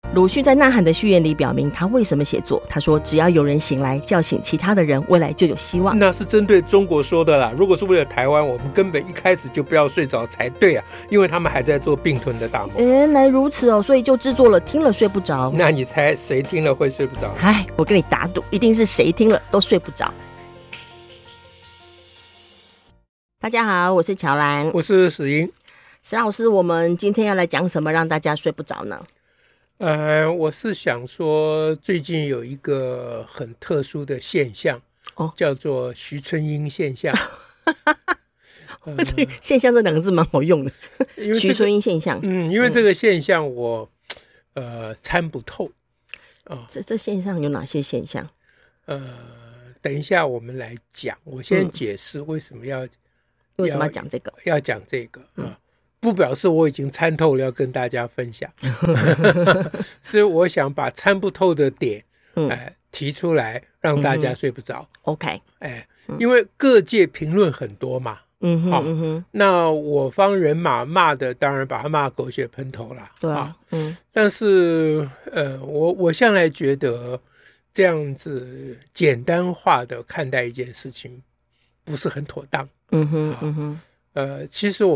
鲁迅在《呐喊》的序言里表明他为什么写作，他说只要有人醒来叫醒其他的人，未来就有希望。 那是针对中国说的啦，如果是为了台湾，我们根本一开始就不要睡着才对啊，因为他们还在做并吞的大梦。 原来如此哦，所以就制作了听了睡不着。 那你猜谁听了会睡不着？ 哎，我跟你打赌，一定是谁听了都睡不着。大家好，我是乔兰， 我是史英。 史老师，我们今天要来讲什么让大家睡不着呢？ 我是想说，最近有一个很特殊的现象，叫做徐春英现象。 现象这两个字蛮好用的，徐春英现象。 因为这个现象我参不透这现象有哪些现象？ 等一下我们来讲，我先解释为什么要讲这个， 要讲这个不表示我已经参透了要跟大家分享，是我想把参不透的点提出来，让大家睡不着。 OK， 因为各界评论很多嘛，那我方人马骂的当然把他骂狗血喷头啦， 对啊， 但是我向来觉得这样子简单化的看待一件事情不是很妥当。其实我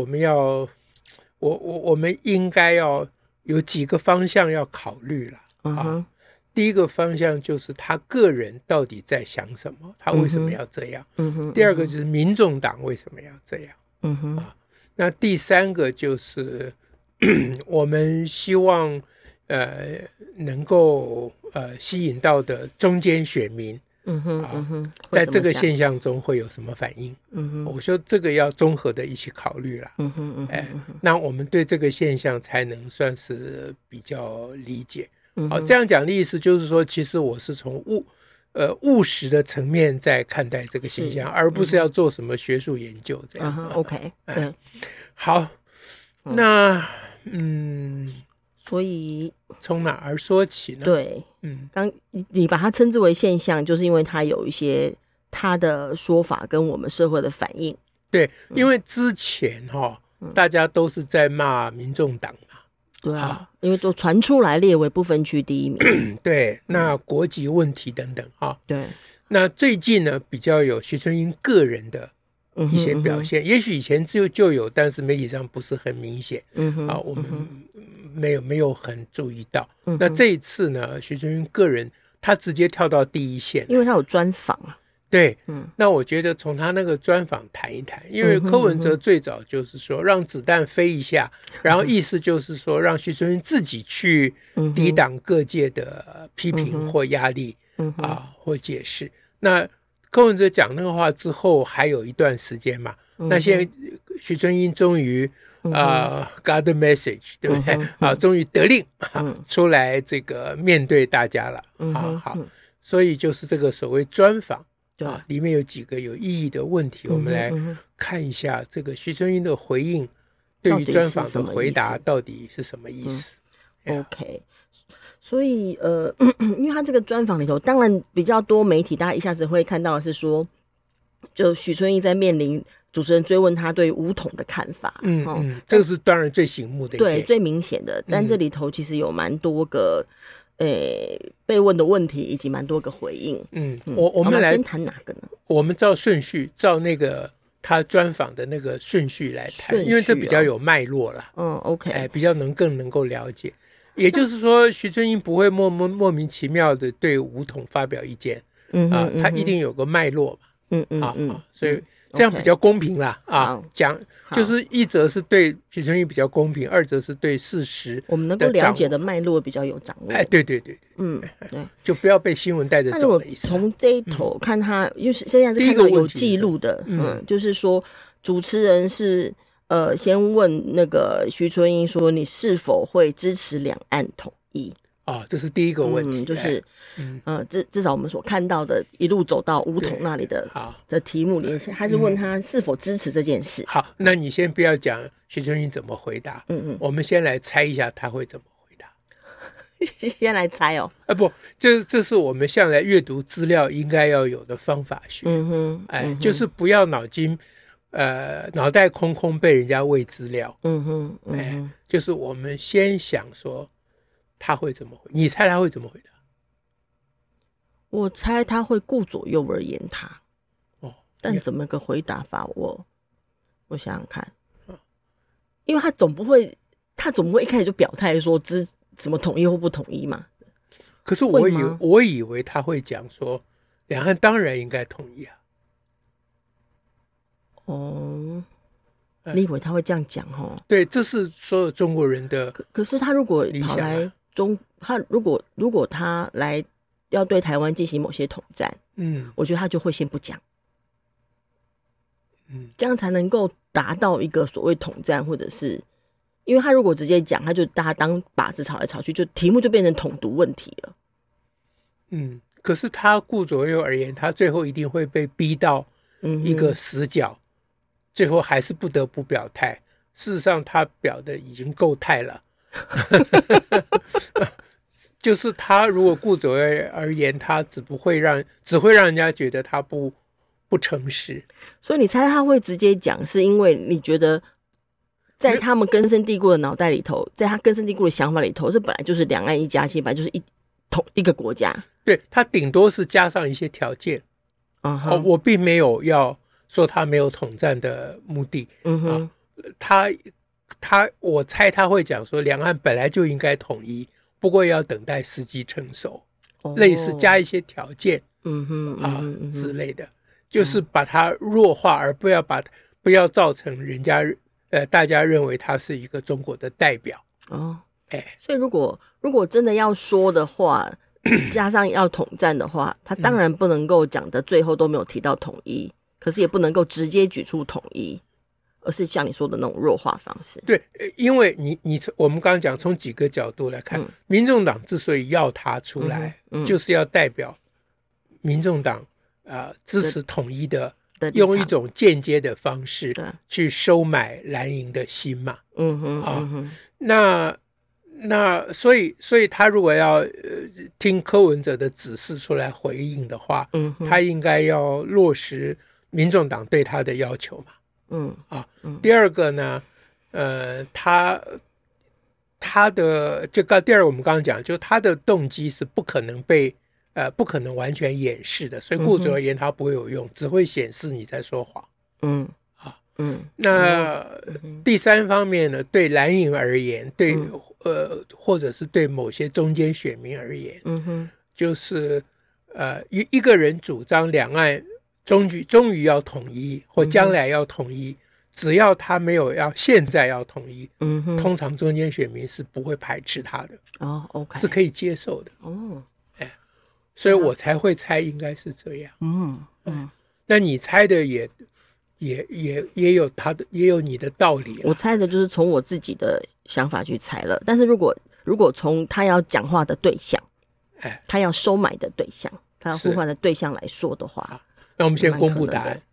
们应该要有几个方向要考虑了。第一个方向就是他个人到底在想什么，他为什么要这样。第二个就是民众党为什么要这样。那第三个就是我们希望能够吸引到的中间选民在这个现象中会有什么反应。我说这个要综合的一起考虑了。那我们对这个现象才能算是比较理解。这样讲的意思就是说，其实我是从务实的层面在看待这个现象，而不是要做什么学术研究这样。 OK， 好，那所以从哪儿说起呢？ 对，刚你把它称之为现象，就是因为它有一些它的说法跟我们社会的反应。 对，因为之前大家都是在骂民众党嘛。 对啊，因为都传出来列为不分区第一名。 对，那国籍问题等等对， 那最近呢，比较有徐春英个人的一些表现，也许以前就有，但是媒体上不是很明显。我们没有很注意到。那这一次呢，徐春英个人他直接跳到第一线， 因为他有专访。 对，那我觉得从他那个专访谈一谈，因为柯文哲最早就是说让子弹飞一下，然后意思就是说让徐春英自己去抵挡各界的批评或压力或解释。那柯文哲讲那个话之后还有一段时间嘛，那现在徐春英终于got the message， 对不对？终于得令出来这个面对大家了。好，所以就是这个所谓专访里面有几个有意义的问题，我们来看一下这个徐春英的回应对于专访的回答到底是什么意思。 OK， 所以因为他这个专访里头，当然比较多媒体大家一下子会看到的是说，就许春英在面临主持人追问他对武统的看法。 这个是当然最醒目的一点， 对，最明显的。但这里头其实有蛮多个被问的问题以及蛮多个回应。我们来先谈哪个呢？ 我们照顺序，照那个他专访的那个顺序来谈，因为这比较有脉络啦。 OK， 比较更能够了解。也就是说，徐春英不会莫名其妙的对武统发表意见。他一定有个脉络嘛。所以这样比较公平啦。讲就是一则是对徐春英比较公平，二则是对事实我们能够了解的脉络比较有掌握。 对，对，就不要被新闻带着走的意思。 从这一头看他，因为现在是看到有记录的，就是说主持人是先问那个徐春英说，你是否会支持两岸统一？ 这是第一个问题。 就是至少我们所看到的一路走到武统那里的题目里面，他是问他是否支持这件事。 好，那你先不要讲徐春英怎么回答，我们先来猜一下他会怎么回答。 先来猜不，这是我们向来阅读资料应该要有的方法学。就是不要脑袋空空被人家喂资料。就是我们先想说他会怎么回？你猜他会怎么回答？ 我猜他会顾左右而言他。但怎么个回答法？我想想看，因为他总不会一开始就表态说怎么统一或不统一嘛。 可是我以为他会讲说，两岸当然应该统一啊。 你以为他会这样讲哦？ 对，这是所有中国人的。 可是他如果跑来他如果他来要对台湾进行某些统战，我觉得他就会先不讲。这样才能够达到一个所谓统战，或者是因为他如果直接讲，他就大家当靶子吵来吵去，就题目就变成统独问题了。 可是他顾左右而言，他最后一定会被逼到一个死角，最后还是不得不表态。事实上他表的已经够态了就是他如果顾左右而言，他只会让人家觉得他不诚实。 所以你猜他会直接讲，是因为你觉得在他们根深蒂固的脑袋里头，在他根深蒂固的想法里头，这本来就是两岸一家亲，本来就是一个国家。对， 他顶多是加上一些条件。我并没有要说他没有统战的目的。我猜他会讲说，两岸本来就应该统一，不过要等待时机成熟，类似加一些条件之类的。就是把它弱化，而不要造成大家认为他是一个中国的代表。 所以如果真的要说的话，加上要统战的话，他当然不能够讲的最后都没有提到统一，可是也不能够直接举出统一，而是像你说的那种弱化方式。 对，因为我们刚刚讲从几个角度来看，民众党之所以要他出来，就是要代表民众党支持统一的，用一种间接的方式去收买蓝营的心嘛。那所以他如果要听柯文哲的指示出来回应的话，他应该要落实民众党对他的要求嘛。第二个呢，他的第二个我们刚刚讲，就他的动机是不可能完全掩饰的，所以顾左右而言他不会有用，只会显示你在说谎。那第三方面呢，对蓝营而言，或者是对某些中间选民而言，就是一个人主张两岸终于要统一，或将来要统一，只要他没有现在要统一，通常中间选民是不会排斥他的。是可以接受的。所以我才会猜应该是这样。那你猜的也有你的道理。 我猜的就是从我自己的想法去猜了，但是如果从他要讲话的对象，他要收买的对象，他要呼唤的对象来说的话， 那我们先公布答案。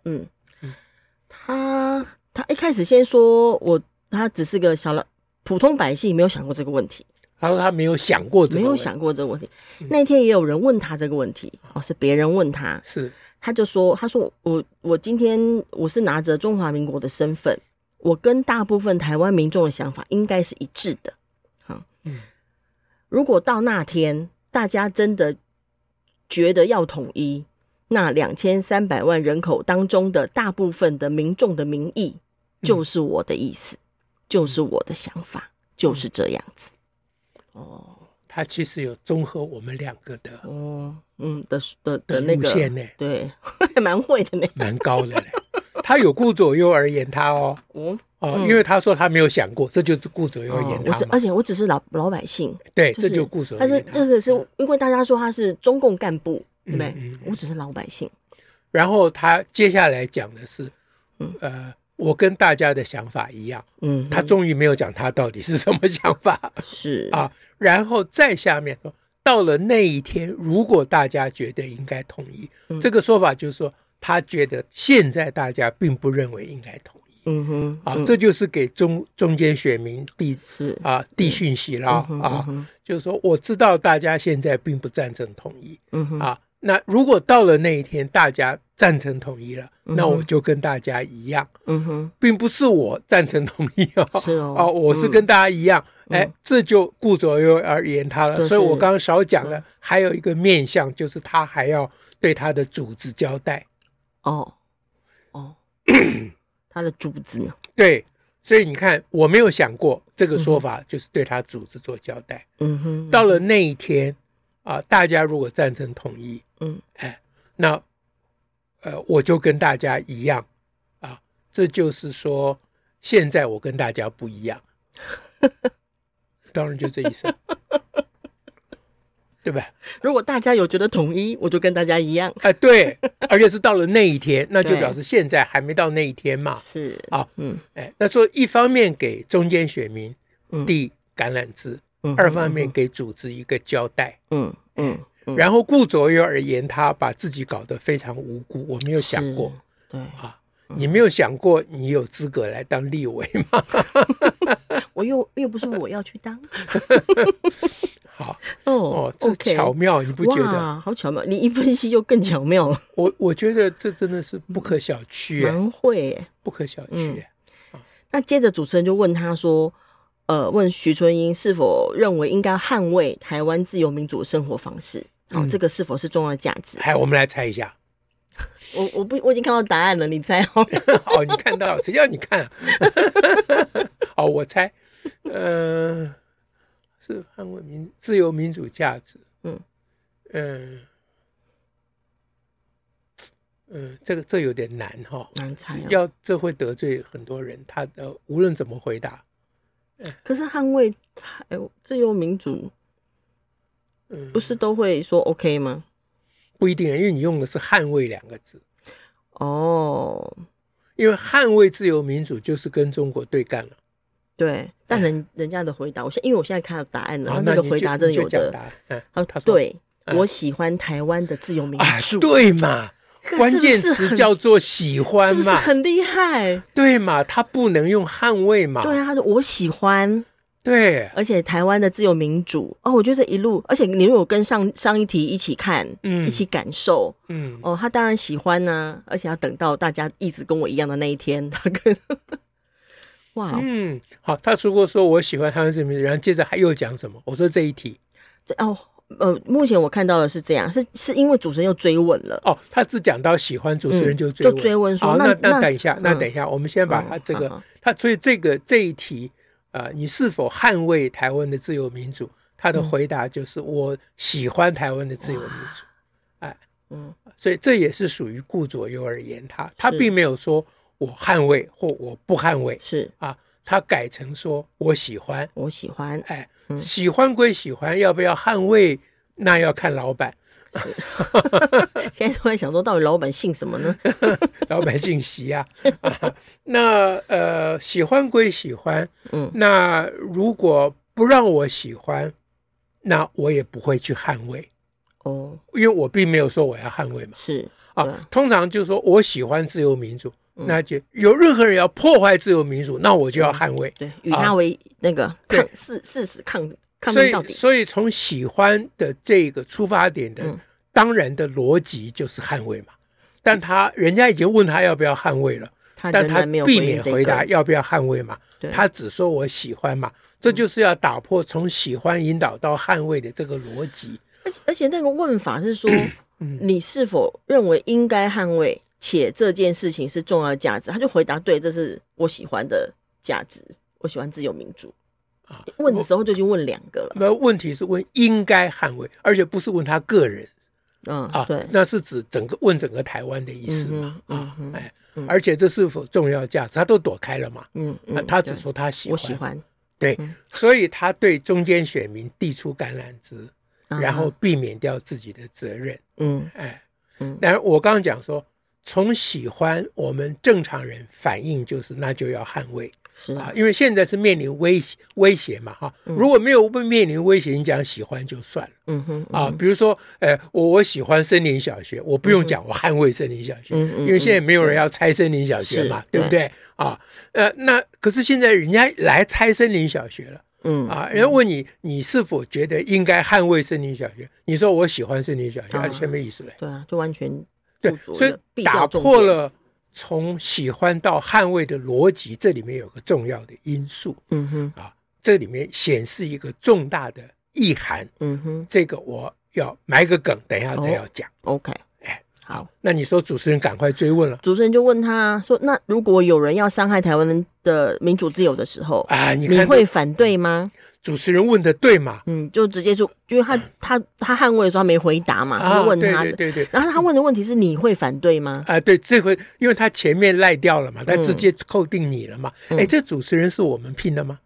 他一开始先说他只是个普通百姓，没有想过这个问题。 他说他没有想过这个问题。那天也有人问他这个问题，是别人问他，他说我今天我是拿着中华民国的身份，我跟大部分台湾民众的想法应该是一致的。如果到那天大家真的觉得要统一，那2300万人口当中的大部分的民众的民意，就是我的意思，就是我的想法，就是这样子。 他其实有综合我们两个的那个路线呢。 对，蛮会的呢， 蛮高的呢。他有顾左右而言他因为他说他没有想过，这就是顾左右而言他嘛。 而且我只是老百姓， 对，这就顾左右而言他。 但是这个是因为大家说他是中共干部，对不对？我只是老百姓。 然后他接下来讲的是，我跟大家的想法一样。他终于没有讲他到底是什么想法。然后再下面说，到了那一天，如果大家觉得应该统一，这个说法就是说，他觉得现在大家并不认为应该统一。这就是给中间选民递讯息了。就是说我知道大家现在并不赞成统一。那如果到了那一天大家赞成统一了，那我就跟大家一样。并不是我赞成统一我是跟大家一样， 这就顾左右而言他了。所以我刚刚少讲了，还有一个面向，就是他还要对他的主子交代。 他的主子呢？ 对，所以你看，我没有想过这个说法，就是对他主子做交代。到了那一天大家如果赞成统一，那我就跟大家一样这就是说，现在我跟大家不一样，当然就这意思，对吧？ 如果大家有觉得统一，我就跟大家一样。 对，而且是到了那一天，那就表示现在还没到那一天嘛。 是那说一方面给中间选民递橄榄枝，二方面给组织一个交代。然后顾左右而言他，把自己搞得非常无辜。我没有想过， 对你没有想过你有资格来当立委吗？ 我又不是我要去当。 好这巧妙，你不觉得？ 哇，好巧妙！你一分析又更巧妙了。 我觉得这真的是不可小觑， 蛮会耶， 不可小觑。 那接着主持人就问他说，问徐春英是否认为应该捍卫台湾自由民主的生活方式？这个是否是重要的价值？ 我们来猜一下。 我已经看到答案了，你猜你看到，谁叫你看我猜，是捍卫自由民主价值。这有点难难猜这会得罪很多人，他无论怎么回答。 可是捍卫自由民主，不是都会说 OK 吗？ 不一定，因为你用的是捍卫2个字。因为捍卫自由民主就是跟中国对干了。 对，但人家的回答，因为我现在看到答案了，然后这个回答真的有的。 他说对，我喜欢台湾的自由民主。 对嘛，关键词叫做喜欢嘛， 是不是很厉害？ 对嘛，他不能用捍卫嘛。 对啊，他说我喜欢。 对， 而且台湾的自由民主我觉得这一路，而且你如果跟上一题一起看，一起感受，他当然喜欢呢，而且要等到大家一直跟我一样的那一天，他跟哇， 好，他说我喜欢台湾自由民主，然后接着还又讲什么？我说这一题， 目前我看到的是这样，是因为主持人又追问了。 他只讲到喜欢，主持人就追问说， 那等一下，我们先把他这个，所以这一题。你是否捍卫台湾的自由民主？他的回答就是我喜欢台湾的自由民主。所以这也是属于顾左右而言他并没有说我捍卫或我不捍卫，是他改成说我喜欢，喜欢归喜欢，要不要捍卫那要看老板。 现在都在想说，到底老板姓什么呢？ 老板姓习那喜欢归喜欢，那如果不让我喜欢，那我也不会去捍卫。因为我并没有说我要捍卫嘛。是通常就是说我喜欢自由民主，那就有任何人要破坏自由民主，那我就要捍卫。 对，与他为那个誓死抗到底。 所以从喜欢的这个出发点的当然的逻辑就是捍卫嘛，但人家已经问他要不要捍卫了，但他避免回答要不要捍卫嘛，他只说我喜欢嘛，这就是要打破从喜欢引导到捍卫的这个逻辑。 而且那个问法是说你是否认为应该捍卫，且这件事情是重要的价值，他就回答对，这是我喜欢的价值，我喜欢自由民主。问的时候就已经问2个了。 问题是问应该捍卫，而且不是问他个人。 对， 那是指问整个台湾的意思嘛。而且这是否重要价值，他都躲开了嘛。他只说他喜欢， 我喜欢。 对，所以他对中间选民递出橄榄枝，然后避免掉自己的责任。但我刚刚讲说，从喜欢我们正常人反应就是那就要捍卫。因为现在是面临威胁嘛如果没有面临威胁，你讲喜欢就算了。比如说我喜欢森林小学，我不用讲我捍卫森林小学，因为现在没有人要拆森林小学嘛，对不对那可是现在人家来拆森林小学了。人家问你是否觉得应该捍卫森林小学，你说我喜欢森林小学，前面意思嘞？ 对就完全对，所以打破了从喜欢到捍卫的逻辑，这里面有个重要的因素。 这里面显示一个重大的意涵。这个我要埋个梗，等一下再要讲。 OK， 好，那你说主持人赶快追问了。 主持人就问他说：“那如果有人要伤害台湾的民主自由的时候啊，你会反对吗？” 主持人问的对嘛？ 就直接就因为他捍卫的时候他没回答嘛，他就问他的。 对。 然后他问的问题是：你会反对吗？ 对，这回因为他前面赖掉了嘛，他直接扣定你了嘛。这主持人是我们聘的吗？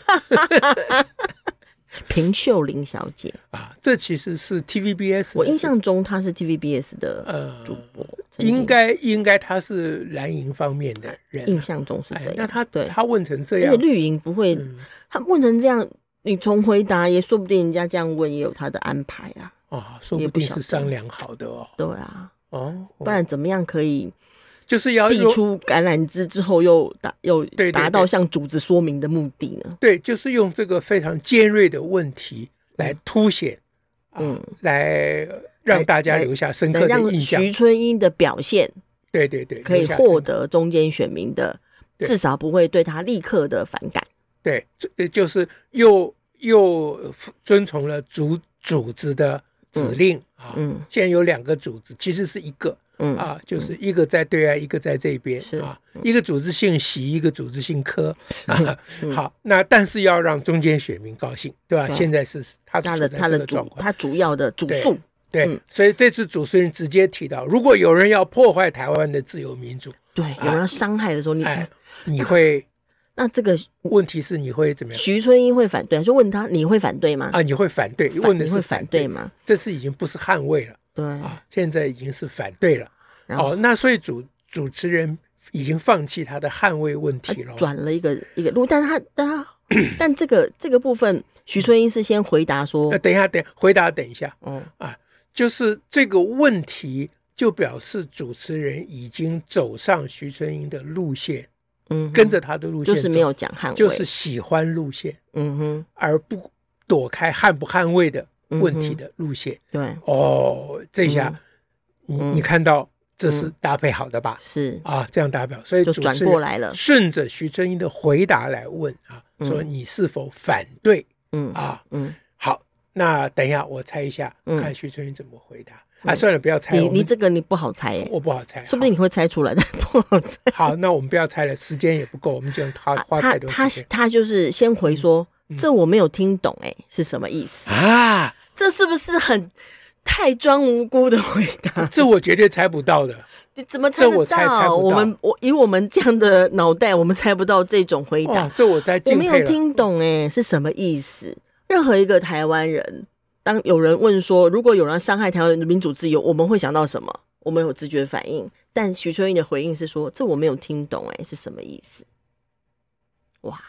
平秀玲小姐这其实是 TVBS， 我印象中她是 TVBS 的主播， 应该她是蓝营方面的人， 印象中是这样。 那他问成这样， 而且绿营不会，他问成这样，你从回答也说不定人家这样问也有他的安排说不定是商量好的对不然怎么样可以？ 就是要递出橄榄枝之后又达到向主子说明的目的呢？ 对，就是用这个非常尖锐的问题来凸显，来让大家留下深刻的印象。 让徐春英的表现， 对， 可以获得中间选民的，至少不会对他立刻的反感。 对，就是又遵从了主子的指令现在有2个主子，其实是一个。就是一个在对岸，一个在这边一个组织姓习，一个组织姓柯好，那但是要让中间选民高兴，对吧？现在是他的状况， 他主要的主诉。 对，所以这次主持人直接提到，如果有人要破坏台湾的自由民主， 对，有人要伤害的时候， 你会那这个问题是你会怎么样？ 徐春英会反对，就问他你会反对吗？ 你会反对？问的是反对吗？ 这次已经不是捍卫了。 对现在已经是反对了。那所以主持人已经放弃他的捍卫问题了， 转了一个路。但这个部分，徐春英是先回答说， 等一下，等一下。就是这个问题就表示主持人已经走上徐春英的路线，跟着他的路线， 就是没有讲捍卫， 就是喜欢路线，而不躲开捍不捍卫的问题的路线。 对， 这下你看到这是搭配好的吧？ 是这样搭配，所以就转过来了， 顺着徐春英的回答来问说你是否反对？好，那等一下我猜一下，看徐春英怎么回答。算了，不要猜。 你这个你不好猜我不好猜， 说不定你会猜出来，但不好猜。 好，那我们不要猜了，时间也不够，我们这样花太多时间。 他就是先回说，这我没有听懂，是什么意思这是不是很太装无辜的回答？ 这我绝对猜不到的。 你怎么猜得到？猜不到。以我们这样的脑袋，我们猜不到这种回答。 这我太敬佩了。 我没有听懂是什么意思？任何一个台湾人，当有人问说，如果有人伤害台湾的民主自由，我们会想到什么？我们有直觉反应。但徐春英的回应是说，这我没有听懂是什么意思？哇，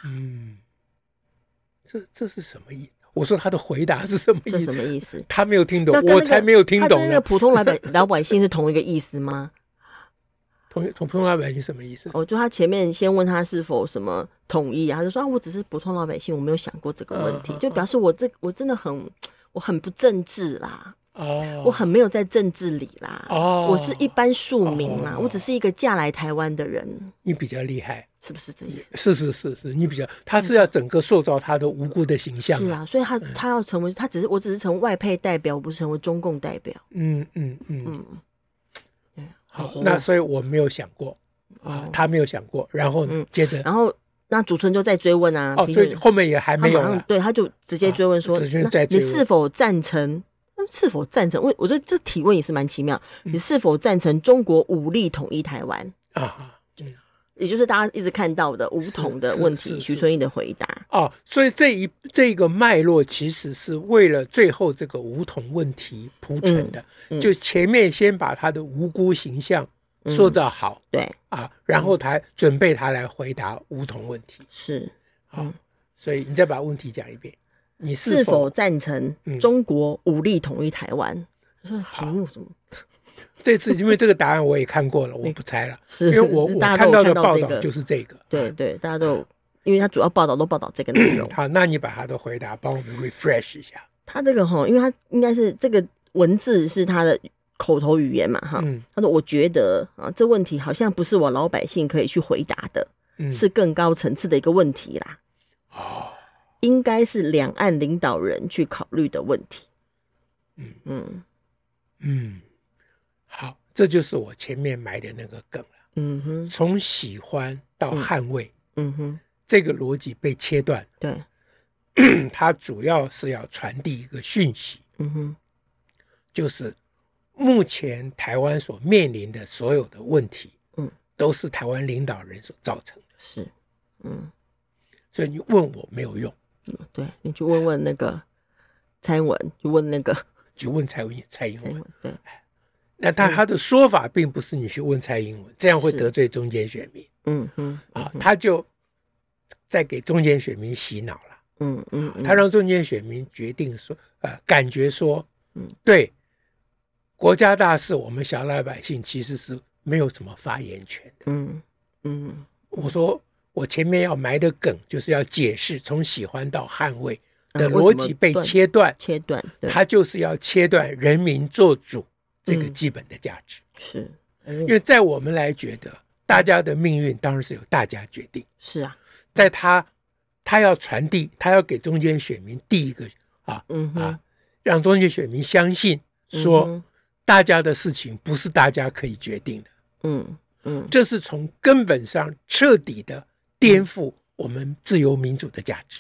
这是什么意思？我说他的回答是什么意思？ 这什么意思？ 他没有听懂，我才没有听懂呢。 他跟那个普通老百姓是同一个意思吗？ 普通老百姓什么意思？ 就他前面先问他是否什么统一他就说我只是普通老百姓，我没有想过这个问题，就表示我真的我很不政治啦。我很没有在政治里啦。我是一般庶民啦。我只是一个嫁来台湾的人。 你比较厉害， 是不是这意思？ 是，你比较，他是要整个塑造他的无辜的形象。 是啊，所以他要成为我只是成为外配代表，我不是成为中共代表。 好，那所以我没有想过他没有想过，然后接着， 然后那主持人就再追问所以后面也还没有了。 对，他就直接追问说，你是否赞成？我觉得这提问也是蛮奇妙。你是否赞成中国武力统一台湾？也就是大家一直看到的武统的问题，徐春英的回答。 所以这个脉络其实是为了最后这个武统问题铺陈的，就前面先把他的无辜形象塑造好， 对然后他准备他来回答武统问题。 是， 所以你再把问题讲一遍。你是否赞成中国武力统一台湾？题目什么？ 这次因为这个答案我也看过了，我不猜了， 因为我看到的报道就是这个。 对，大家都有，因为他主要报道都报道这个内容。 好，那你把他的回答帮我们 refresh 一下。 他这个因为他应该是这个文字是他的口头语言嘛，他说我觉得这问题好像不是我老百姓可以去回答的，是更高层次的一个问题啦。 应该是两岸领导人去考虑的问题。 好，这就是我前面埋的那个梗了。从喜欢到捍卫，这个逻辑被切断。 对， 它主要是要传递一个讯息，就是目前台湾所面临的所有的问题，都是台湾领导人所造成的。 是， 所以你问我没有用。 对，你去问问那个蔡英文， 去问蔡英文。 对， 那他的说法并不是你去问蔡英文，这样会得罪中间选民。他就在给中间选民洗脑了。他让中间选民决定说，感觉说，对国家大事，我们小老百姓其实是没有什么发言权的。我说我前面要埋的梗就是要解释从喜欢到捍卫的逻辑被切断，他就是要切断人民做主这个基本的价值。 是， 因为在我们来觉得，大家的命运当然是由大家决定。 是啊， 在他要传递，他要给中间选民第一个让中间选民相信说，大家的事情不是大家可以决定的。这是从根本上彻底的颠覆我们自由民主的价值。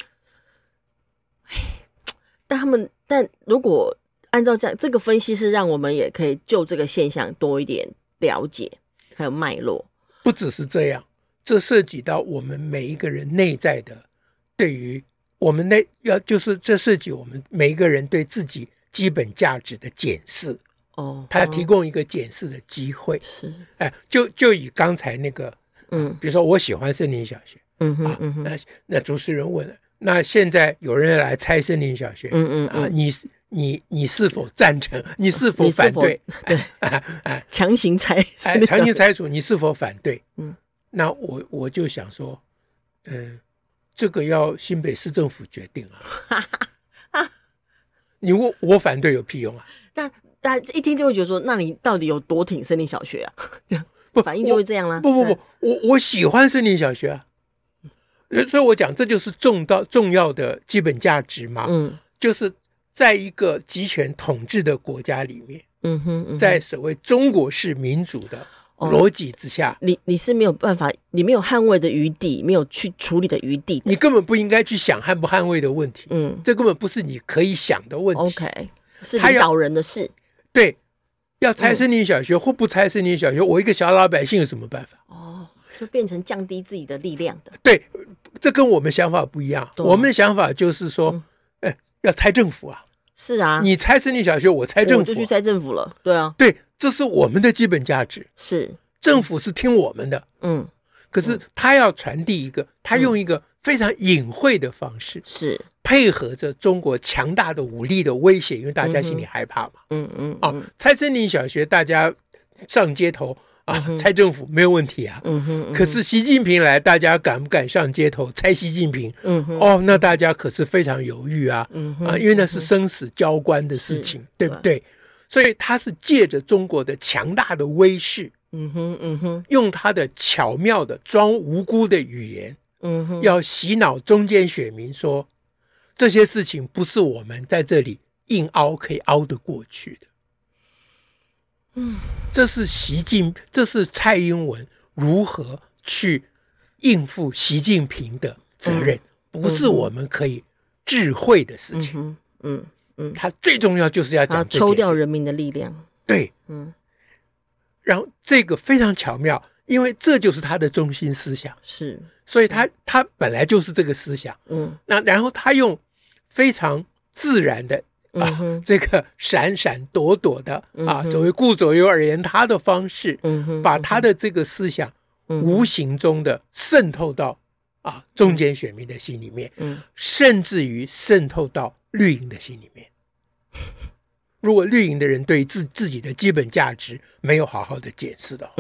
但如果按照这个分析，是让我们也可以就这个现象多一点了解，还有脉络。 不只是这样，这涉及到我们每一个人内在的，对于我们就是这涉及我们每一个人对自己基本价值的检视。他提供一个检视的机会。 是， 就以刚才那个，比如说我喜欢森林小学，那主持人问了，那现在有人来拆森林小学，你是否赞成？你是否反对？ 强行拆除，你是否反对？那我就想说，这个要新北市政府决定啊。你问我反对有屁用啊？ 那大家一听就会觉得说，那你到底有多挺森林小学啊？这样反应就会这样啦。 不，我喜欢森林小学啊。所以我讲这就是重要的基本价值嘛。就是在一个集权统治的国家里面，在所谓中国式民主的逻辑之下， 你是没有办法，你没有捍卫的余地，没有去处理的余地的， 你根本不应该去想捍不捍卫的问题。这根本不是你可以想的问题。 OK， 是领导人的事。 对，要拆森林小学或不拆森林小学，我一个小老百姓有什么办法？ 就变成降低自己的力量的。 对，这跟我们想法不一样。我们的想法就是说，要拆政府啊。 是啊， 你拆森林小学，我拆政府， 我就去拆政府了。对啊， 对，这是我们的基本价值。 是， 政府是听我们的。可是他要传递一个，他用一个非常隐晦的方式， 是配合着中国强大的武力的威胁，因为大家心里害怕嘛。拆森林小学，大家上街头拆政府没有问题啊。可是习近平来，大家敢不敢上街头拆习近平？那大家可是非常犹豫啊。因为那是生死交关的事情，对不对？所以他是借着中国的强大的威势，用他的巧妙的装无辜的语言，要洗脑中间选民说，这些事情不是我们在这里硬凹可以凹得过去的。这是蔡英文如何去应付习近平的责任，不是我们可以智慧的事情。他最重要就是要讲这件事， 抽掉人民的力量。 对，然后这个非常巧妙，因为这就是他的中心思想， 是， 所以他本来就是这个思想。那然后他用非常自然的这个闪闪躲躲的所谓顾左右而言他的方式，把他的这个思想无形中的渗透到中间选民的心里面，甚至于渗透到绿营的心里面。如果绿营的人对自己的基本价值没有好好的检视的话，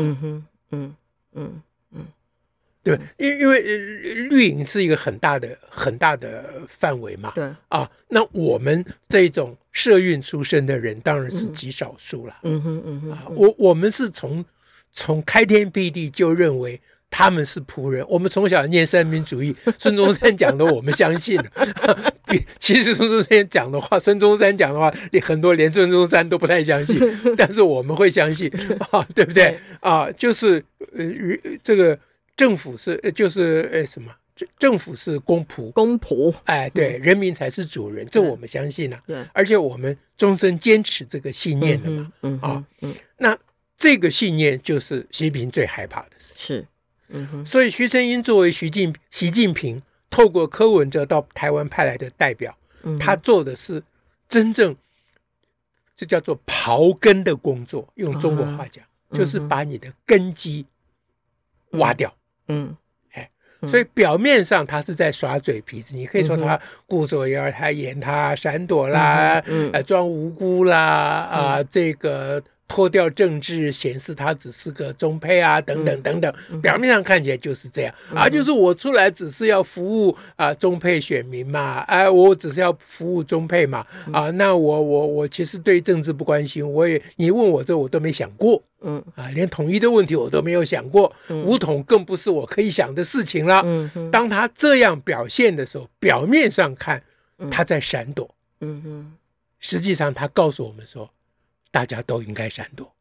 对，因为绿营是一个很大的范围嘛， 对那我们这种社运出身的人当然是极少数了。我们是从开天辟地就认为他们是仆人。我们从小念三民主义，孙中山讲的我们相信了。其实孙中山讲的话，很多连孙中山都不太相信，但是我们会相信啊，对不对啊？就是这个政府是就是什么？政府是公仆，哎，对，人民才是主人，这我们相信啊。而且我们终身坚持这个信念的嘛，那这个信念就是习近平最害怕的事情。是，所以徐成英作为习近平透过柯文哲到台湾派来的代表，他做的是真正这叫做刨根的工作，用中国话讲，就是把你的根基挖掉。所以表面上他是在耍嘴皮子，你可以说他顾左右而言他闪躲啦，装无辜啦，这个脱掉政治，显示他只是个中配啊，等等等等，表面上看起来就是这样就是我出来只是要服务中配选民嘛，我只是要服务中配嘛，那我其实对政治不关心，你问我这我都没想过。连统一的问题我都没有想过，武统更不是我可以想的事情了。当他这样表现的时候，表面上看他在闪躲，实际上他告诉我们说，大家都应该闪躲。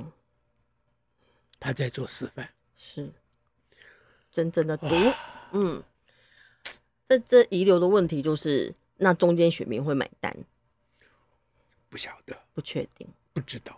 他在做示范， 是真正的毒。这遗留的问题就是，那中间选民会买单？ 不晓得， 不确定， 不知道。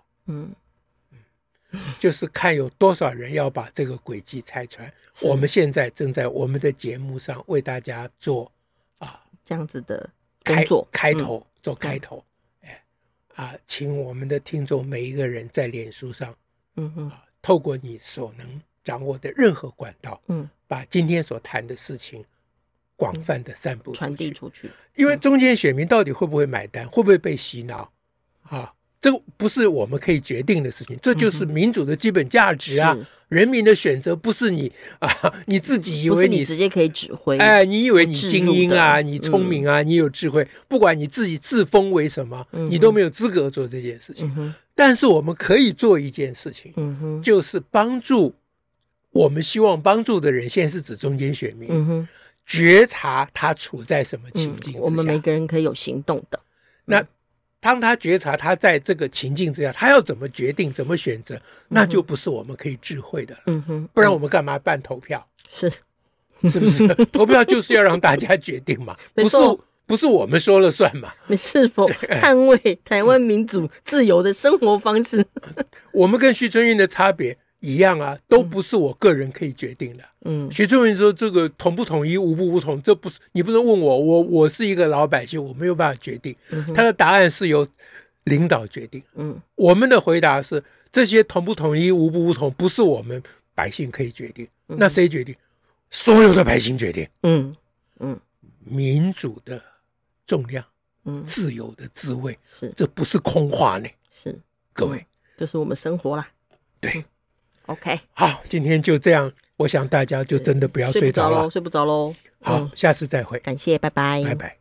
就是看有多少人要把这个轨迹拆穿。我们现在正在我们的节目上为大家做这样子的工作开头，做开头。请我们的听众每一个人在脸书上，透过你所能掌握的任何管道，把今天所谈的事情广泛的散布出去， 传递出去。 因为中间选民到底会不会买单，会不会被洗脑这不是我们可以决定的事情，这就是民主的基本价值啊！人民的选择不是你你自己以为不是你直接可以指挥， 你以为你精英啊，你聪明啊，你有智慧，不管你自己自封为什么，你都没有资格做这件事情。但是我们可以做一件事情，就是帮助我们希望帮助的人，现在是指中间选民，觉察他处在什么情境之下。 我们每个人可以有行动的。 那当他觉察他在这个情境之下，他要怎么决定，怎么选择，那就不是我们可以智慧的了。不然我们干嘛办投票？是不是？投票就是要让大家决定嘛，不是我们说了算嘛？ 你是否捍卫台湾民主自由的生活方式？ 我们跟徐春运的差别一样啊，都不是我个人可以决定的。徐春运说这个统不统一，无不无统，这不是你不能问我是一个老百姓，我没有办法决定。他的答案是由领导决定。我们的回答是这些统不统一，无不无统，不是我们百姓可以决定。那谁决定？所有的百姓决定。民主的重量，自由的滋味，这不是空话呢。是各位， 这是我们生活啦。 对。 OK， 好，今天就这样，我想大家就真的不要睡着了， 睡不着喽。 好，下次再会， 感谢，拜拜， 拜拜。